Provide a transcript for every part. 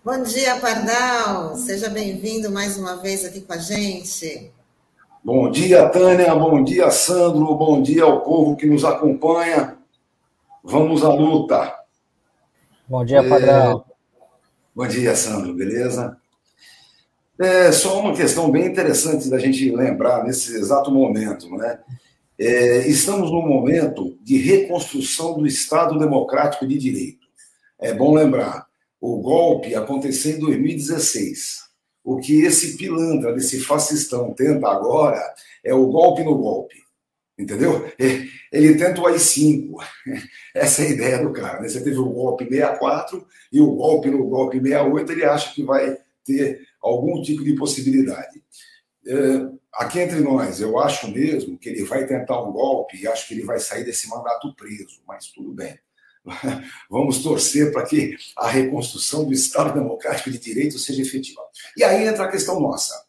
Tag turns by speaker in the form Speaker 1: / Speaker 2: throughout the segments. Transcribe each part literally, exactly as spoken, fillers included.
Speaker 1: Bom dia, Pardal. Seja bem-vindo mais uma vez aqui com a gente.
Speaker 2: Bom dia, Tânia. Bom dia, Sandro. Bom dia ao povo que nos acompanha. Vamos à luta.
Speaker 3: Bom dia, Pardal.
Speaker 2: É... Bom dia, Sandro. Beleza? É só uma questão bem interessante da gente lembrar nesse exato momento, né? É, estamos num momento de reconstrução do Estado Democrático de Direito. É bom lembrar, o golpe aconteceu em dois mil e dezesseis. O que esse pilantra, desse fascistão tenta agora é o golpe no golpe. Entendeu? Ele tenta o A I cinco. Essa é a ideia do cara. Né? Você teve o golpe sessenta e quatro e o golpe no golpe sessenta e oito, ele acha que vai ter algum tipo de possibilidade. É, aqui entre nós, eu acho mesmo que ele vai tentar um golpe e acho que ele vai sair desse mandato preso, mas tudo bem. Vamos torcer para que a reconstrução do Estado Democrático de Direito seja efetiva. E aí entra a questão nossa.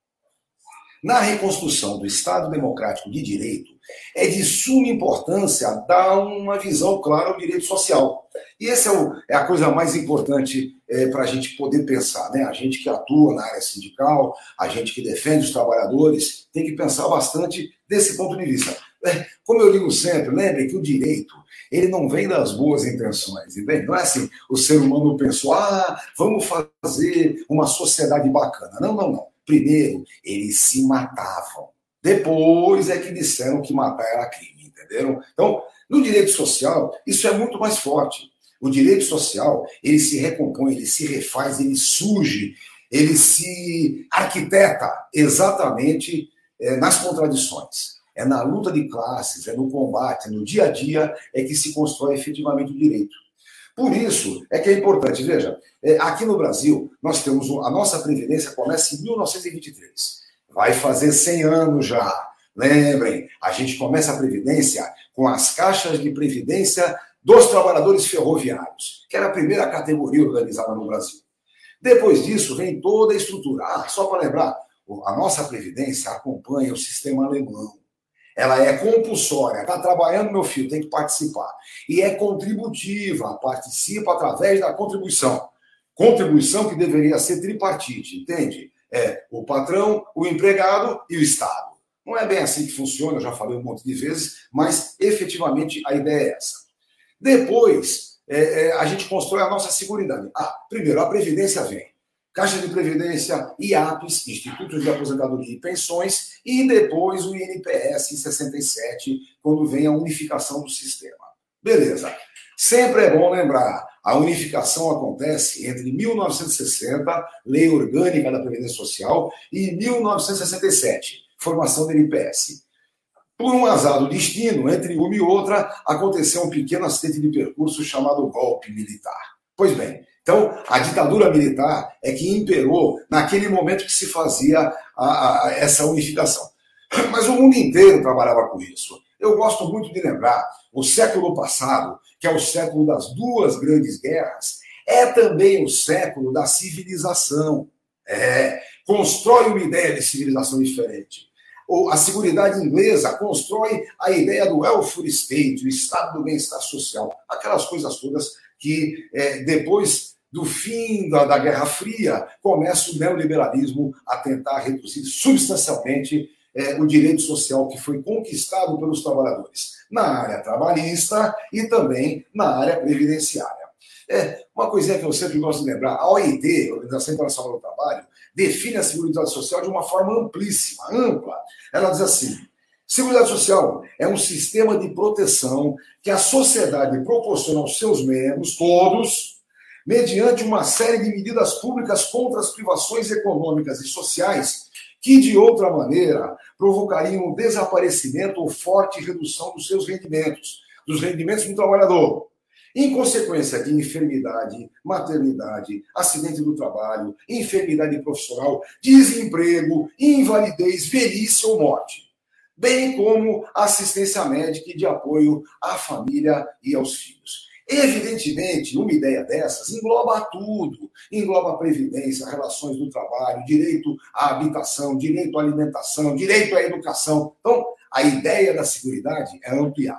Speaker 2: Na reconstrução do Estado Democrático de Direito, é de suma importância dar uma visão clara ao direito social. E essa é, o, é a coisa mais importante é, para a gente poder pensar. Né? A gente que atua na área sindical, a gente que defende os trabalhadores, tem que pensar bastante desse ponto de vista. É, como eu digo sempre, lembrem que o direito ele não vem das boas intenções, entende? Não é assim, o ser humano pensou, ah, vamos fazer uma sociedade bacana. Não, não, não. Primeiro, eles se matavam. Depois é que disseram que matar era crime, entenderam? Então, no direito social, isso é muito mais forte. O direito social, ele se recompõe, ele se refaz, ele surge, ele se arquiteta exatamente é, nas contradições. É na luta de classes, é no combate, é no dia a dia, é que se constrói efetivamente o direito. Por isso é que é importante, veja, aqui no Brasil, nós temos, a nossa Previdência começa em mil novecentos e vinte e três. Vai fazer cem anos já. Lembrem, a gente começa a Previdência com as caixas de Previdência dos trabalhadores ferroviários, que era a primeira categoria organizada no Brasil. Depois disso, vem toda a estrutura. Ah, só para lembrar, a nossa Previdência acompanha o sistema alemão. Ela é compulsória, está trabalhando, meu filho, tem que participar. E é contributiva, participa através da contribuição. Contribuição que deveria ser tripartite, entende? É o patrão, o empregado e o Estado. Não é bem assim que funciona, eu já falei um monte de vezes, mas efetivamente a ideia é essa. Depois, é, é, a gente constrói a nossa seguridade. Ah, primeiro, a Previdência vem. Caixa de Previdência, I A P S, Institutos de Aposentadoria e Pensões, e depois o I N P S em sessenta e sete, quando vem a unificação do sistema. Beleza. Sempre é bom lembrar, a unificação acontece entre mil novecentos e sessenta, Lei Orgânica da Previdência Social, e mil novecentos e sessenta e sete, formação do I N P S. Por um azar do destino, entre uma e outra, aconteceu um pequeno acidente de percurso chamado golpe militar. Pois bem, então, a ditadura militar é que imperou naquele momento que se fazia a, a, essa unificação. Mas o mundo inteiro trabalhava com isso. Eu gosto muito de lembrar, o século passado, que é o século das duas grandes guerras, é também o século da civilização. É, constrói uma ideia de civilização diferente. A Seguridade Inglesa constrói a ideia do welfare state, o estado do bem-estar social, aquelas coisas todas que é, depois do fim da, da Guerra Fria, começa o neoliberalismo a tentar reduzir substancialmente é, o direito social que foi conquistado pelos trabalhadores, na área trabalhista e também na área previdenciária. É, uma coisinha que eu sempre gosto de lembrar, a O I T, Organização Internacional do Trabalho, define a Seguridade Social de uma forma amplíssima, ampla. Ela diz assim, Seguridade Social é um sistema de proteção que a sociedade proporciona aos seus membros, todos, mediante uma série de medidas públicas contra as privações econômicas e sociais que, de outra maneira, provocariam o desaparecimento ou forte redução dos seus rendimentos, dos rendimentos do trabalhador, em consequência de enfermidade, maternidade, acidente do trabalho, enfermidade profissional, desemprego, invalidez, velhice ou morte, bem como assistência médica e de apoio à família e aos filhos. Evidentemente, uma ideia dessas engloba tudo, engloba a previdência, relações do trabalho, direito à habitação, direito à alimentação, direito à educação. Então, a ideia da Seguridade é ampliar.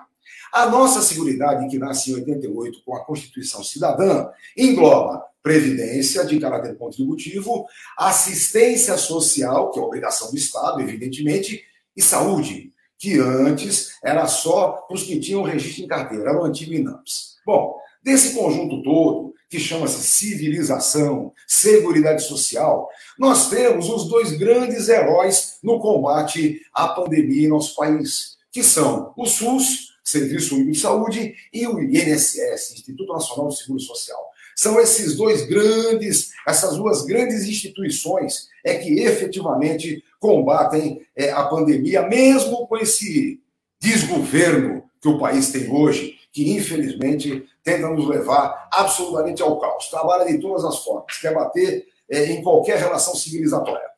Speaker 2: A nossa Seguridade, que nasce em oitenta e oito com a Constituição Cidadã, engloba previdência de caráter contributivo, assistência social, que é obrigação do Estado, evidentemente, e saúde, que antes era só para os que tinham registro em carteira, era o antigo INAMPS. Bom, desse conjunto todo, que chama-se civilização, seguridade social, nós temos os dois grandes heróis no combate à pandemia em nosso país, que são o SUS, Serviço Único de Saúde, e o I N S S, Instituto Nacional de Seguro Social. São esses dois grandes, essas duas grandes instituições é que efetivamente combatem é, a pandemia, mesmo com esse desgoverno que o país tem hoje, que infelizmente tenta nos levar absolutamente ao caos. Trabalha de todas as formas, quer bater é, em qualquer relação civilizatória.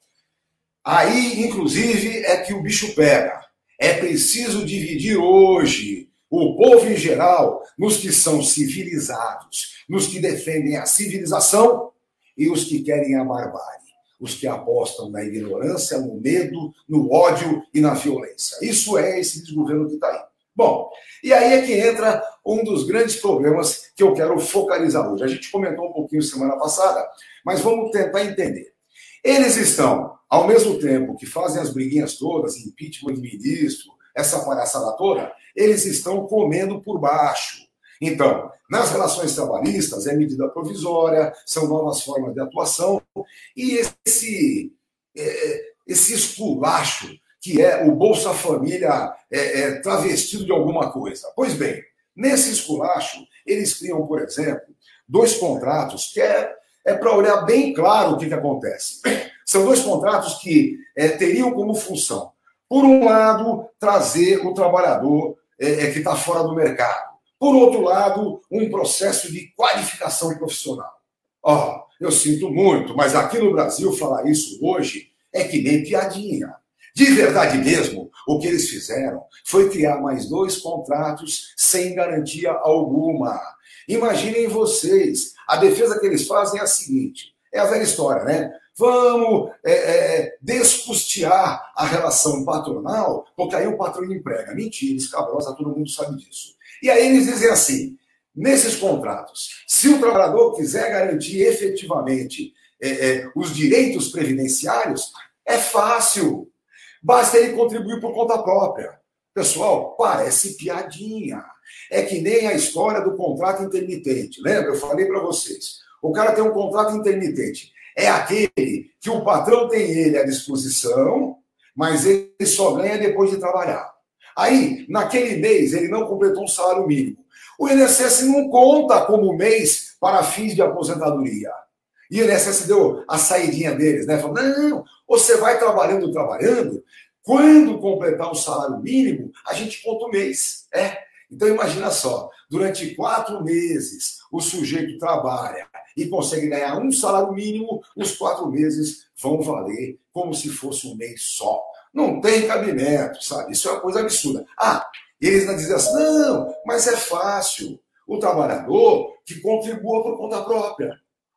Speaker 2: Aí, inclusive, é que o bicho pega. É preciso dividir hoje o povo em geral nos que são civilizados, nos que defendem a civilização e os que querem a barbárie, os que apostam na ignorância, no medo, no ódio e na violência. Isso é esse desgoverno que está aí. Bom, e aí é que entra um dos grandes problemas que eu quero focalizar hoje. A gente comentou um pouquinho semana passada, mas vamos tentar entender. Eles estão, ao mesmo tempo que fazem as briguinhas todas, impeachment de ministro, essa palhaçada toda, eles estão comendo por baixo. Então, nas relações trabalhistas, é medida provisória, são novas formas de atuação, e esse, é, esse esculacho que é o Bolsa Família é, é, travestido de alguma coisa. Pois bem, nesse esculacho, eles criam, por exemplo, dois contratos que é, é para olhar bem claro o que, que acontece. São dois contratos que é, teriam como função, por um lado, trazer o trabalhador é, que está fora do mercado. Por outro lado, um processo de qualificação profissional. Ó, oh, eu sinto muito, mas aqui no Brasil falar isso hoje é que nem piadinha. De verdade mesmo, o que eles fizeram foi criar mais dois contratos sem garantia alguma. Imaginem vocês, a defesa que eles fazem é a seguinte, é a velha história, né? Vamos é, é, descustear a relação patronal, porque aí o patrão emprega. Mentira, escabrosa, todo mundo sabe disso. E aí eles dizem assim, nesses contratos, se o trabalhador quiser garantir efetivamente é, é, os direitos previdenciários, é fácil. Basta ele contribuir por conta própria. Pessoal, parece piadinha. É que nem a história do contrato intermitente. Lembra? Eu falei para vocês. O cara tem um contrato intermitente. É aquele que o patrão tem ele à disposição, mas ele só ganha depois de trabalhar. Aí, naquele mês, ele não completou um salário mínimo. O I N S S não conta como mês para fins de aposentadoria. E o I N S S deu a saidinha deles, né? Falou, não, você vai trabalhando, trabalhando, quando completar o salário mínimo, a gente conta o mês. É. Então, imagina só, durante quatro meses, o sujeito trabalha e consegue ganhar um salário mínimo, os quatro meses vão valer como se fosse um mês só. Não tem cabimento, sabe? Isso é uma coisa absurda. Ah, eles não dizem assim, não, mas é fácil. O trabalhador que contribua por conta própria.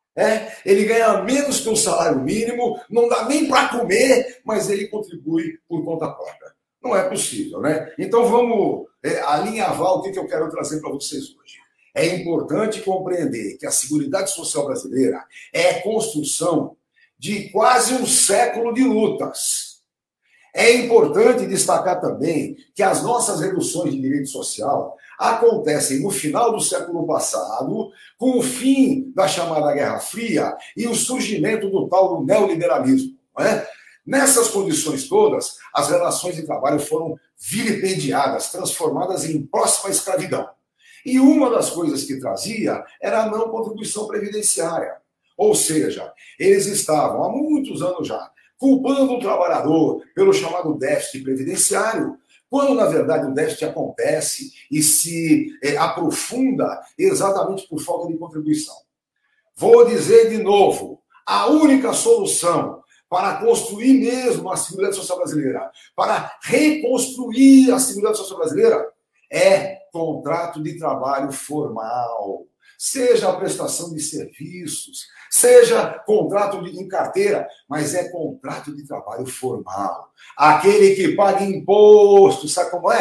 Speaker 2: É, ele ganha menos que um salário mínimo, não dá nem para comer, mas ele contribui por conta própria. Não é possível, né? Então vamos é, alinhavar o que, que eu quero trazer para vocês hoje. É importante compreender que a Seguridade Social brasileira é a construção de quase um século de lutas. É importante destacar também que as nossas reduções de direito social acontecem no final do século passado, com o fim da chamada Guerra Fria e o surgimento do tal do neoliberalismo. Não é? Nessas condições todas, as relações de trabalho foram vilipendiadas, transformadas em próxima escravidão. E uma das coisas que trazia era a não contribuição previdenciária. Ou seja, eles estavam, há muitos anos já, culpando o trabalhador pelo chamado déficit previdenciário, quando, na verdade, o déficit acontece e se é, aprofunda exatamente por falta de contribuição. Vou dizer de novo, a única solução para construir mesmo a Seguridade Social brasileira, para reconstruir a Seguridade Social brasileira, é contrato de trabalho formal. Seja a prestação de serviços, seja contrato de, em carteira, mas é contrato de trabalho formal. Aquele que paga imposto, sabe como é?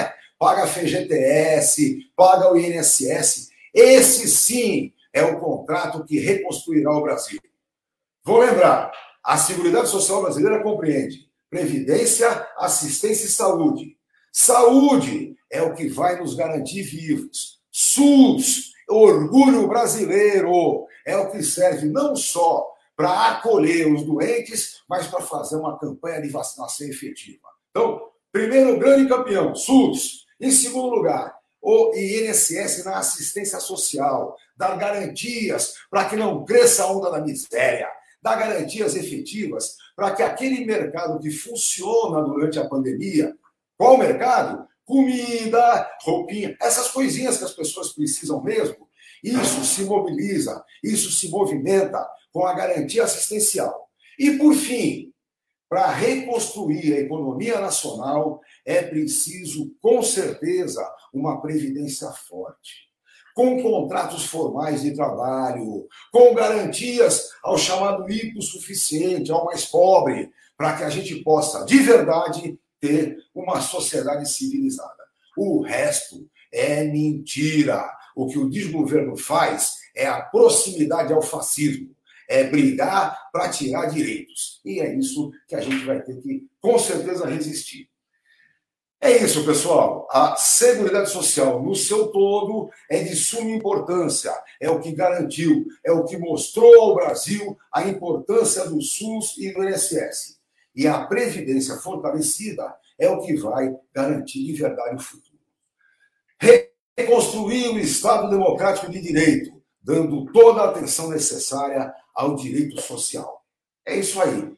Speaker 2: paga a F G T S, paga o I N S S. Esse sim é o contrato que reconstruirá o Brasil. Vou lembrar, a Seguridade Social brasileira compreende previdência, assistência e saúde. Saúde é o que vai nos garantir vivos. SUS, orgulho brasileiro, é o que serve não só para acolher os doentes, mas para fazer uma campanha de vacinação efetiva. Então, primeiro grande campeão, SUS. Em segundo lugar, o I N S S na assistência social, dar garantias para que não cresça a onda da miséria, dar garantias efetivas para que aquele mercado que funciona durante a pandemia, qual mercado? Comida, roupinha, essas coisinhas que as pessoas precisam mesmo, isso se mobiliza, isso se movimenta com a garantia assistencial. E, por fim, para reconstruir a economia nacional, é preciso, com certeza, uma previdência forte, com contratos formais de trabalho, com garantias ao chamado hipossuficiente, ao mais pobre, para que a gente possa, de verdade, ter uma sociedade civilizada. O resto é mentira. O que o desgoverno faz é a proximidade ao fascismo, é brigar para tirar direitos. E é isso que a gente vai ter que, com certeza, resistir. É isso, pessoal. A Seguridade Social, no seu todo, é de suma importância. É o que garantiu, é o que mostrou ao Brasil a importância do SUS e do I N S S. E a Previdência fortalecida é o que vai garantir de verdade o futuro. Reconstruir o Estado Democrático de Direito, dando toda a atenção necessária ao direito social. É isso aí.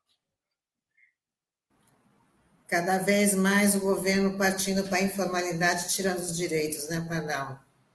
Speaker 1: Cada vez mais o governo partindo para a informalidade, tirando os direitos, né, Pardal?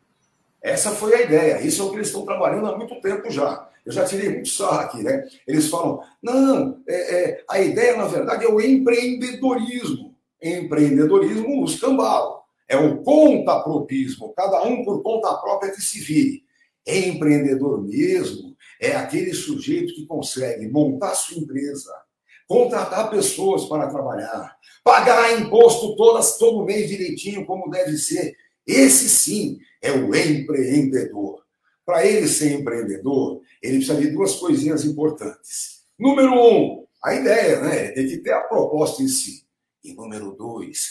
Speaker 2: Essa foi a ideia. Isso é o que eles estão trabalhando há muito tempo já. Eu já tirei muito sarro aqui, né? Eles falam, não, é, é, a ideia, na verdade, é o empreendedorismo. Empreendedorismo, o escambau. É o contapropismo, cada um por conta própria que se vire. Empreendedor mesmo é aquele sujeito que consegue montar sua empresa, contratar pessoas para trabalhar, pagar imposto todas, todo mês direitinho, como deve ser. Esse sim é o empreendedor. Para ele ser empreendedor, ele precisa de duas coisinhas importantes. Número um, a ideia, né? Tem que ter a proposta em si. E número dois,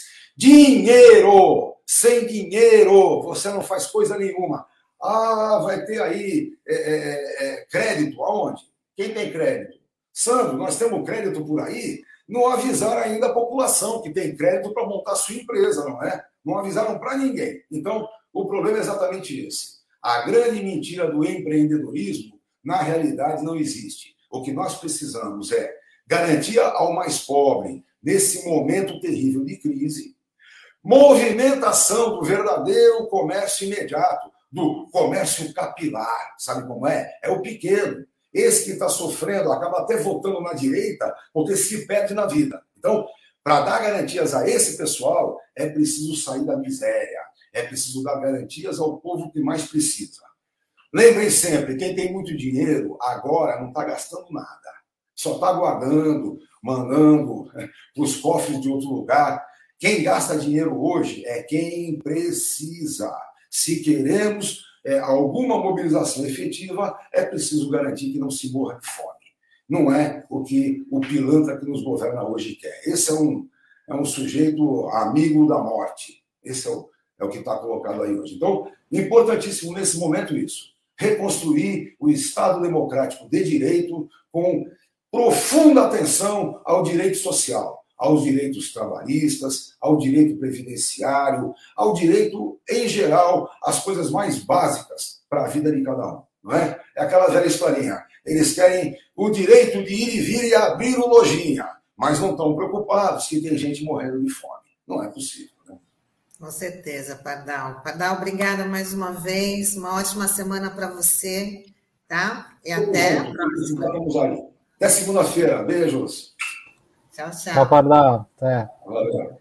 Speaker 2: dinheiro. Sem dinheiro, você não faz coisa nenhuma. Ah, vai ter aí é, é, é, crédito. Aonde? Quem tem crédito? Sandro, nós temos crédito por aí? Não avisaram ainda a população que tem crédito para montar sua empresa, não é? Não avisaram para ninguém. Então, o problema é exatamente esse. A grande mentira do empreendedorismo, na realidade, não existe. O que nós precisamos é garantia ao mais pobre, nesse momento terrível de crise, movimentação do verdadeiro comércio imediato, do comércio capilar. Sabe como é? É o pequeno. Esse que está sofrendo, acaba até votando na direita, porque se perde na vida. Então, para dar garantias a esse pessoal, é preciso sair da miséria. É preciso dar garantias ao povo que mais precisa. Lembrem sempre, quem tem muito dinheiro, agora não está gastando nada. Só está guardando, mandando para os cofres de outro lugar. Quem gasta dinheiro hoje é quem precisa. Se queremos é, alguma mobilização efetiva, é preciso garantir que não se morra de fome. Não é o que o pilantra que nos governa hoje quer. Esse é um, é um sujeito amigo da morte. Esse é o, é o que está colocado aí hoje. Então, importantíssimo nesse momento isso. Reconstruir o Estado Democrático de Direito com profunda atenção ao direito social, aos direitos trabalhistas, ao direito previdenciário, ao direito, em geral, às coisas mais básicas para a vida de cada um. Não é? É aquela velha historinha. Eles querem o direito de ir e vir e abrir o lojinha, mas não estão preocupados que tem gente morrendo de fome. Não é possível. Né?
Speaker 1: Com certeza, Pardal. Pardal, obrigada mais uma vez. Uma ótima semana para você. Tá? E até a próxima.
Speaker 2: Vamos aí. Até segunda-feira. Beijos.
Speaker 1: Tchau, tchau.
Speaker 3: Tchau, Pardal. Até.
Speaker 2: Valeu.